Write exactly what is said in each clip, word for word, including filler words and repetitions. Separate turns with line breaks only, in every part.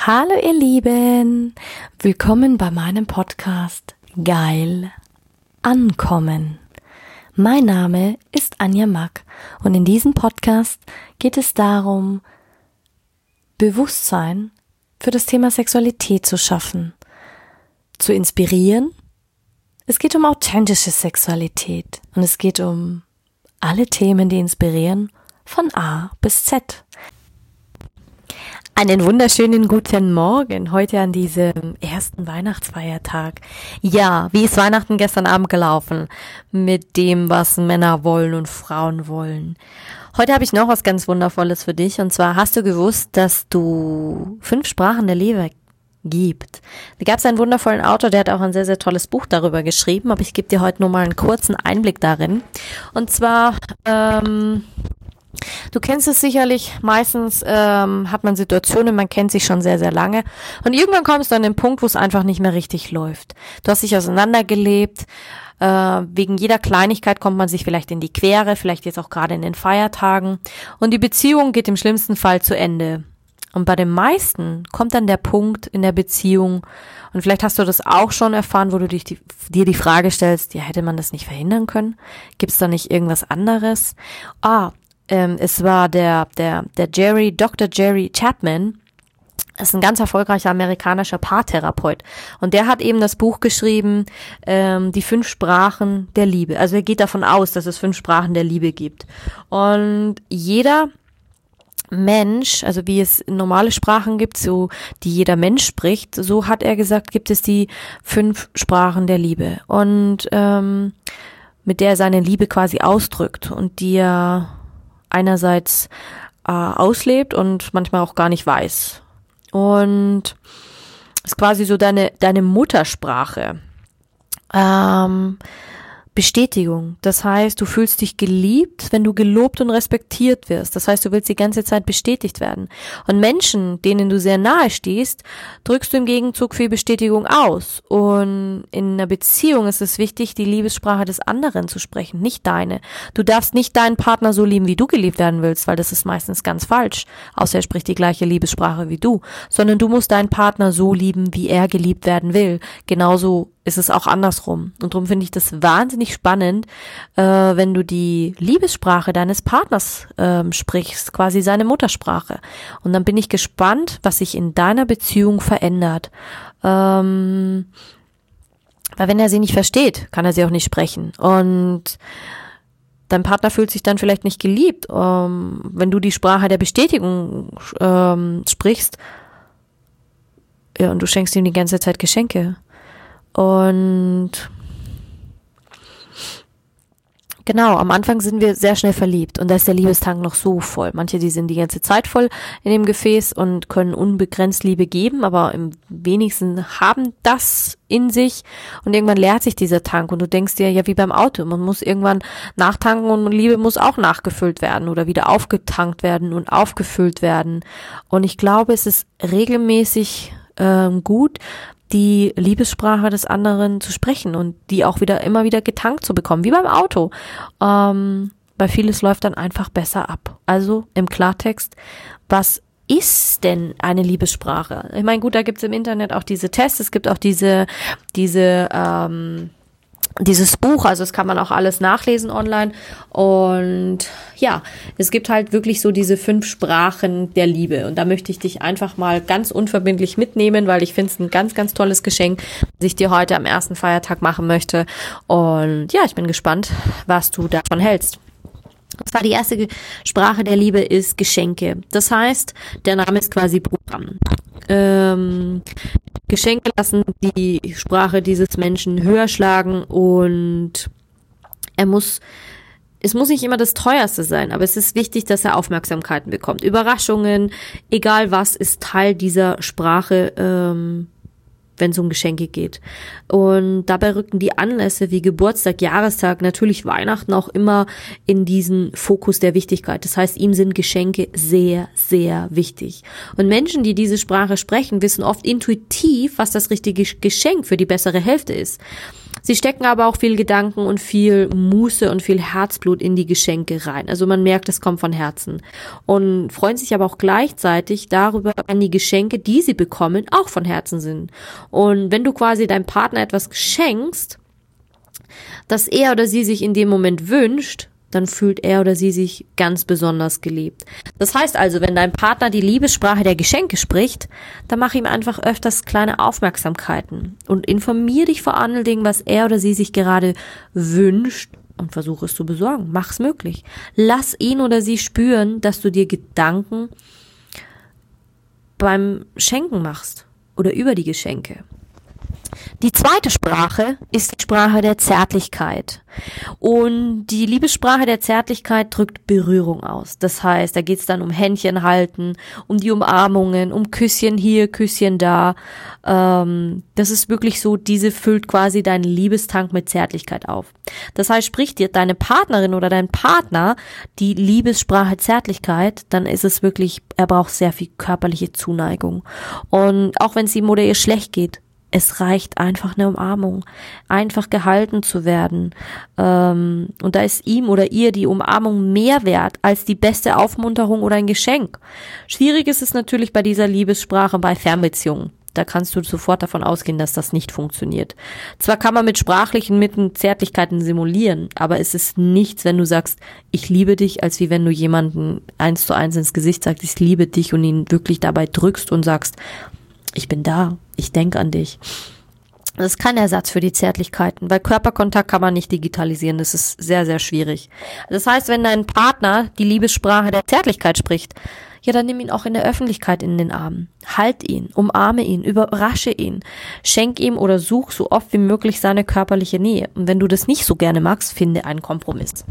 Hallo ihr Lieben, willkommen bei meinem Podcast Geil Ankommen. Mein Name ist Anja Mack und in diesem Podcast geht es darum, Bewusstsein für das Thema Sexualität zu schaffen, zu inspirieren. Es geht um authentische Sexualität und es geht um alle Themen, die inspirieren, von A bis Z. Einen wunderschönen guten Morgen heute an diesem ersten Weihnachtsfeiertag. Ja, wie ist Weihnachten gestern Abend gelaufen mit dem, was Männer wollen und Frauen wollen? Heute habe ich noch was ganz Wundervolles für dich und zwar hast du gewusst, dass du fünf Sprachen der Liebe gibt. Da gab es einen wundervollen Autor, der hat auch ein sehr, sehr tolles Buch darüber geschrieben, aber ich gebe dir heute nur mal einen kurzen Einblick darin. Und zwar, ähm... du kennst es sicherlich, meistens ähm, hat man Situationen, man kennt sich schon sehr, sehr lange und irgendwann kommst du an den Punkt, wo es einfach nicht mehr richtig läuft. Du hast dich auseinandergelebt, äh, wegen jeder Kleinigkeit kommt man sich vielleicht in die Quere, vielleicht jetzt auch gerade in den Feiertagen und die Beziehung geht im schlimmsten Fall zu Ende. Und bei den meisten kommt dann der Punkt in der Beziehung und vielleicht hast du das auch schon erfahren, wo du dich die, dir die Frage stellst, ja, hätte man das nicht verhindern können? Gibt es da nicht irgendwas anderes? Ah, Ähm, es war der, der, der Jerry, Doktor Jerry Chapman, das ist ein ganz erfolgreicher amerikanischer Paartherapeut und der hat eben das Buch geschrieben, ähm, die fünf Sprachen der Liebe. Also er geht davon aus, dass es fünf Sprachen der Liebe gibt und jeder Mensch, also wie es normale Sprachen gibt, so die jeder Mensch spricht, so hat er gesagt, gibt es die fünf Sprachen der Liebe und ähm, mit der er seine Liebe quasi ausdrückt und die er einerseits äh, auslebt und manchmal auch gar nicht weiß. Und ist quasi so deine deine Muttersprache. Ähm, Bestätigung. Das heißt, du fühlst dich geliebt, wenn du gelobt und respektiert wirst. Das heißt, du willst die ganze Zeit bestätigt werden. Und Menschen, denen du sehr nahe stehst, drückst du im Gegenzug viel Bestätigung aus. Und in einer Beziehung ist es wichtig, die Liebessprache des anderen zu sprechen, nicht deine. Du darfst nicht deinen Partner so lieben, wie du geliebt werden willst, weil das ist meistens ganz falsch, außer er spricht die gleiche Liebessprache wie du. Sondern du musst deinen Partner so lieben, wie er geliebt werden will. Genauso ist es auch andersrum. Und darum finde ich das wahnsinnig spannend, äh, wenn du die Liebessprache deines Partners ähm, sprichst, quasi seine Muttersprache. Und dann bin ich gespannt, was sich in deiner Beziehung verändert. Ähm, weil wenn er sie nicht versteht, kann er sie auch nicht sprechen. Und dein Partner fühlt sich dann vielleicht nicht geliebt. Ähm, wenn du die Sprache der Bestätigung ähm, sprichst, ja, und du schenkst ihm die ganze Zeit Geschenke. Und genau, am Anfang sind wir sehr schnell verliebt und da ist der Liebestank noch so voll. Manche, die sind die ganze Zeit voll in dem Gefäß und können unbegrenzt Liebe geben, aber im wenigsten haben das in sich und irgendwann leert sich dieser Tank und du denkst dir, ja, wie beim Auto, man muss irgendwann nachtanken und Liebe muss auch nachgefüllt werden oder wieder aufgetankt werden und aufgefüllt werden. Und ich glaube, es ist regelmäßig ähm, gut, die Liebessprache des anderen zu sprechen und die auch wieder immer wieder getankt zu bekommen, wie beim Auto. Ähm, weil vieles läuft dann einfach besser ab. Also im Klartext, was ist denn eine Liebessprache? Ich meine, gut, da gibt es im Internet auch diese Tests, es gibt auch diese, diese, ähm, dieses Buch, also das kann man auch alles nachlesen online und ja, es gibt halt wirklich so diese fünf Sprachen der Liebe und da möchte ich dich einfach mal ganz unverbindlich mitnehmen, weil ich finde es ein ganz, ganz tolles Geschenk, das ich dir heute am ersten Feiertag machen möchte und ja, ich bin gespannt, was du davon hältst. Und zwar die erste Sprache der Liebe ist Geschenke. Das heißt, der Name ist quasi Programm. Ähm, Geschenke lassen die Sprache dieses Menschen höher schlagen und er muss, es muss nicht immer das Teuerste sein, aber es ist wichtig, dass er Aufmerksamkeiten bekommt. Überraschungen, egal was, ist Teil dieser Sprache, ähm, wenn es um Geschenke geht. Und dabei rücken die Anlässe wie Geburtstag, Jahrestag, natürlich Weihnachten auch immer in diesen Fokus der Wichtigkeit. Das heißt, ihm sind Geschenke sehr, sehr wichtig. Und Menschen, die diese Sprache sprechen, wissen oft intuitiv, was das richtige Geschenk für die bessere Hälfte ist. Sie stecken aber auch viel Gedanken und viel Muße und viel Herzblut in die Geschenke rein. Also man merkt, es kommt von Herzen. Und freuen sich aber auch gleichzeitig darüber, wenn die Geschenke, die sie bekommen, auch von Herzen sind. Und wenn du quasi deinem Partner etwas schenkst, das er oder sie sich in dem Moment wünscht, dann fühlt er oder sie sich ganz besonders geliebt. Das heißt also, wenn dein Partner die Liebessprache der Geschenke spricht, dann mach ihm einfach öfters kleine Aufmerksamkeiten und informier dich vor allen Dingen, was er oder sie sich gerade wünscht und versuche es zu besorgen. Mach's möglich. Lass ihn oder sie spüren, dass du dir Gedanken beim Schenken machst oder über die Geschenke. Die zweite Sprache ist die Sprache der Zärtlichkeit. Und die Liebessprache der Zärtlichkeit drückt Berührung aus. Das heißt, da geht es dann um Händchen halten, um die Umarmungen, um Küsschen hier, Küsschen da. Ähm, das ist wirklich so, diese füllt quasi deinen Liebestank mit Zärtlichkeit auf. Das heißt, spricht dir deine Partnerin oder dein Partner die Liebessprache Zärtlichkeit, dann ist es wirklich, er braucht sehr viel körperliche Zuneigung. Und auch wenn es ihm oder ihr schlecht geht, es reicht einfach eine Umarmung, einfach gehalten zu werden. Ähm, und da ist ihm oder ihr die Umarmung mehr wert als die beste Aufmunterung oder ein Geschenk. Schwierig ist es natürlich bei dieser Liebessprache bei Fernbeziehungen. Da kannst du sofort davon ausgehen, dass das nicht funktioniert. Zwar kann man mit sprachlichen Mitteln Zärtlichkeiten simulieren, aber es ist nichts, wenn du sagst, ich liebe dich, als wie wenn du jemanden eins zu eins ins Gesicht sagst, ich liebe dich und ihn wirklich dabei drückst und sagst, ich bin da, ich denke an dich. Das ist kein Ersatz für die Zärtlichkeiten, weil Körperkontakt kann man nicht digitalisieren, das ist sehr, sehr schwierig. Das heißt, wenn dein Partner die Liebessprache der Zärtlichkeit spricht, ja, dann nimm ihn auch in der Öffentlichkeit in den Arm. Halt ihn, umarme ihn, überrasche ihn, schenk ihm oder such so oft wie möglich seine körperliche Nähe. Und wenn du das nicht so gerne magst, finde einen Kompromiss.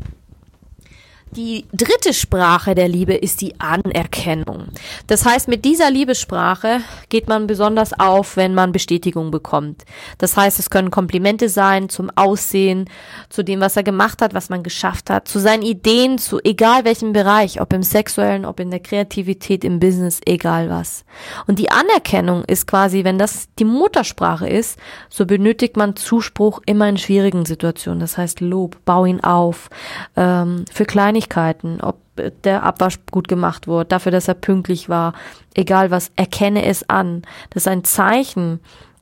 Die dritte Sprache der Liebe ist die Anerkennung. Das heißt, mit dieser Liebessprache geht man besonders auf, wenn man Bestätigung bekommt. Das heißt, es können Komplimente sein zum Aussehen, zu dem, was er gemacht hat, was man geschafft hat, zu seinen Ideen, zu egal welchem Bereich, ob im Sexuellen, ob in der Kreativität, im Business, egal was. Und die Anerkennung ist quasi, wenn das die Muttersprache ist, so benötigt man Zuspruch immer in schwierigen Situationen. Das heißt Lob, bau ihn auf, ähm, für Kleinigkeiten, ob der Abwasch gut gemacht wurde, dafür, dass er pünktlich war, egal was, erkenne es an. Das ist ein Zeichen,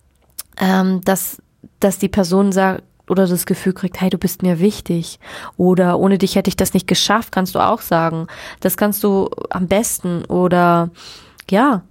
ähm, dass, dass die Person sagt oder das Gefühl kriegt, hey, du bist mir wichtig. Oder ohne dich hätte ich das nicht geschafft, kannst du auch sagen. Das kannst du am besten. Oder ja,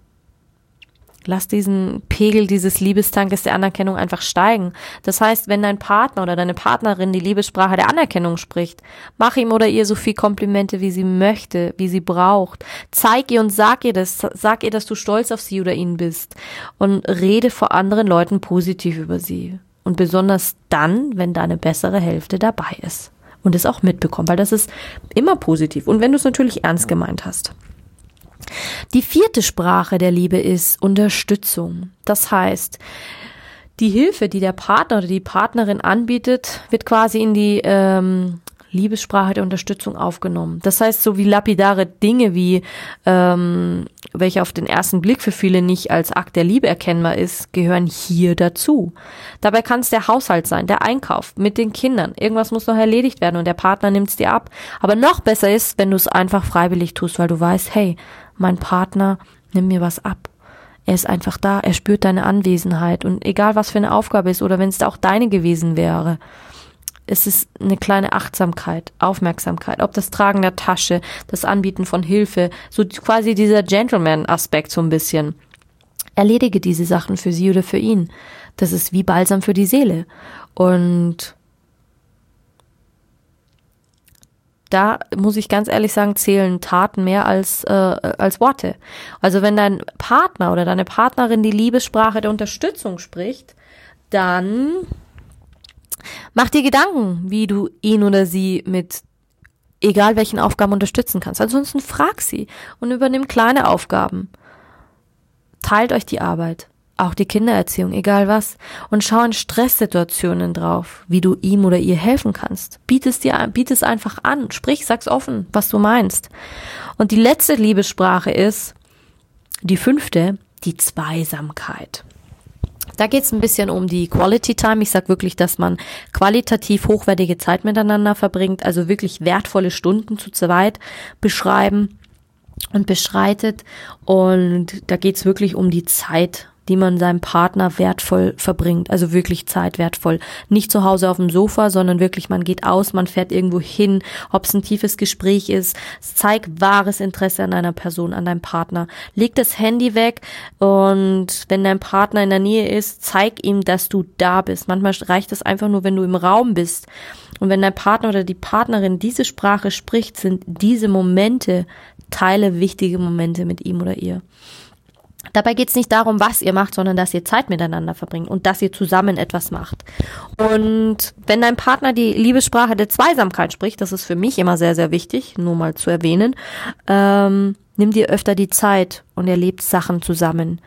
lass diesen Pegel dieses Liebestankes der Anerkennung einfach steigen. Das heißt, wenn dein Partner oder deine Partnerin die Liebessprache der Anerkennung spricht, mach ihm oder ihr so viel Komplimente, wie sie möchte, wie sie braucht. Zeig ihr und sag ihr das, sag ihr, dass du stolz auf sie oder ihn bist. Und rede vor anderen Leuten positiv über sie. Und besonders dann, wenn deine bessere Hälfte dabei ist. Und es auch mitbekommt, weil das ist immer positiv. Und wenn du es natürlich ernst gemeint hast. Die vierte Sprache der Liebe ist Unterstützung. Das heißt, die Hilfe, die der Partner oder die Partnerin anbietet, wird quasi in die ähm, Liebessprache der Unterstützung aufgenommen. Das heißt, so wie lapidare Dinge wie, ähm, welche auf den ersten Blick für viele nicht als Akt der Liebe erkennbar ist, gehören hier dazu. Dabei kann es der Haushalt sein, der Einkauf mit den Kindern. Irgendwas muss noch erledigt werden und der Partner nimmt es dir ab. Aber noch besser ist, wenn du es einfach freiwillig tust, weil du weißt, hey, mein Partner nimmt mir was ab. Er ist einfach da, er spürt deine Anwesenheit und egal was für eine Aufgabe ist oder wenn es da auch deine gewesen wäre, es ist eine kleine Achtsamkeit, Aufmerksamkeit, ob das Tragen der Tasche, das Anbieten von Hilfe, so quasi dieser Gentleman-Aspekt so ein bisschen. Erledige diese Sachen für sie oder für ihn. Das ist wie Balsam für die Seele. Und da muss ich ganz ehrlich sagen, zählen Taten mehr als äh, als Worte. Also wenn dein Partner oder deine Partnerin die Liebessprache der Unterstützung spricht, dann mach dir Gedanken, wie du ihn oder sie mit egal welchen Aufgaben unterstützen kannst. Ansonsten frag sie und übernimm kleine Aufgaben. Teilt euch die Arbeit, auch die Kindererziehung, egal was, und schau in Stresssituationen drauf, wie du ihm oder ihr helfen kannst. Biet es dir, biet es einfach an, sprich, sag's offen, was du meinst. Und die letzte Liebessprache ist, die fünfte, die Zweisamkeit. Da geht es ein bisschen um die Quality Time. Ich sage wirklich, dass man qualitativ hochwertige Zeit miteinander verbringt, also wirklich wertvolle Stunden zu zweit beschreiben und beschreitet. Und da geht es wirklich um die Zeit, die man seinem Partner wertvoll verbringt, also wirklich Zeit wertvoll. Nicht zu Hause auf dem Sofa, sondern wirklich, man geht aus, man fährt irgendwo hin, ob es ein tiefes Gespräch ist. Zeig wahres Interesse an einer Person, an deinem Partner. Leg das Handy weg und wenn dein Partner in der Nähe ist, zeig ihm, dass du da bist. Manchmal reicht es einfach nur, wenn du im Raum bist. Und wenn dein Partner oder die Partnerin diese Sprache spricht, sind diese Momente, teile wichtige Momente mit ihm oder ihr. Dabei geht es nicht darum, was ihr macht, sondern dass ihr Zeit miteinander verbringt und dass ihr zusammen etwas macht. Und wenn dein Partner die Liebessprache der Zweisamkeit spricht, das ist für mich immer sehr, sehr wichtig, nur mal zu erwähnen, ähm, nimm dir öfter die Zeit und erlebt Sachen zusammen.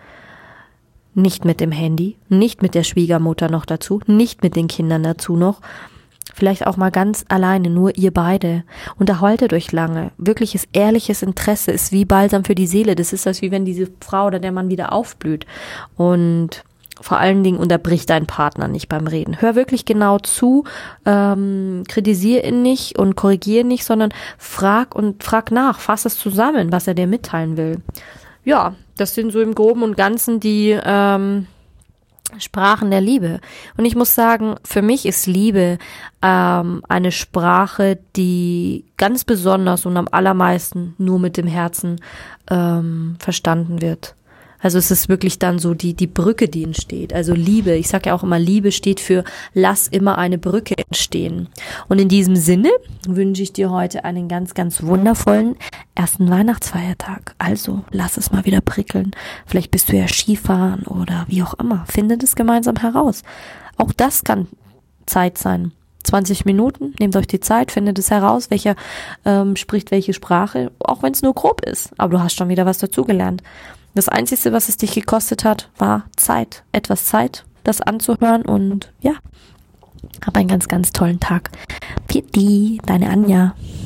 Nicht mit dem Handy, nicht mit der Schwiegermutter noch dazu, nicht mit den Kindern dazu noch. Vielleicht auch mal ganz alleine, nur ihr beide. Unterhaltet euch lange. Wirkliches, ehrliches Interesse ist wie Balsam für die Seele. Das ist das, wie wenn diese Frau oder der Mann wieder aufblüht. Und vor allen Dingen unterbrich deinen Partner nicht beim Reden. Hör wirklich genau zu, ähm, kritisiere ihn nicht und korrigiere ihn nicht, sondern frag und frag nach, fass es zusammen, was er dir mitteilen will. Ja, das sind so im Groben und Ganzen die ähm, Sprachen der Liebe. Und ich muss sagen, für mich ist Liebe ähm, eine Sprache, die ganz besonders und am allermeisten nur mit dem Herzen ähm, verstanden wird. Also es ist wirklich dann so die die Brücke, die entsteht. Also Liebe, ich sage ja auch immer, Liebe steht für lass immer eine Brücke entstehen. Und in diesem Sinne wünsche ich dir heute einen ganz, ganz wundervollen ersten Weihnachtsfeiertag. Also lass es mal wieder prickeln. Vielleicht bist du ja Skifahren oder wie auch immer. Findet es gemeinsam heraus. Auch das kann Zeit sein. zwanzig Minuten, nehmt euch die Zeit, findet es heraus, welcher ähm, spricht welche Sprache, auch wenn es nur grob ist. Aber du hast schon wieder was dazugelernt. Das Einzige, was es dich gekostet hat, war Zeit. Etwas Zeit, das anzuhören und ja, hab einen ganz, ganz tollen Tag. Pfiat, deine Anja.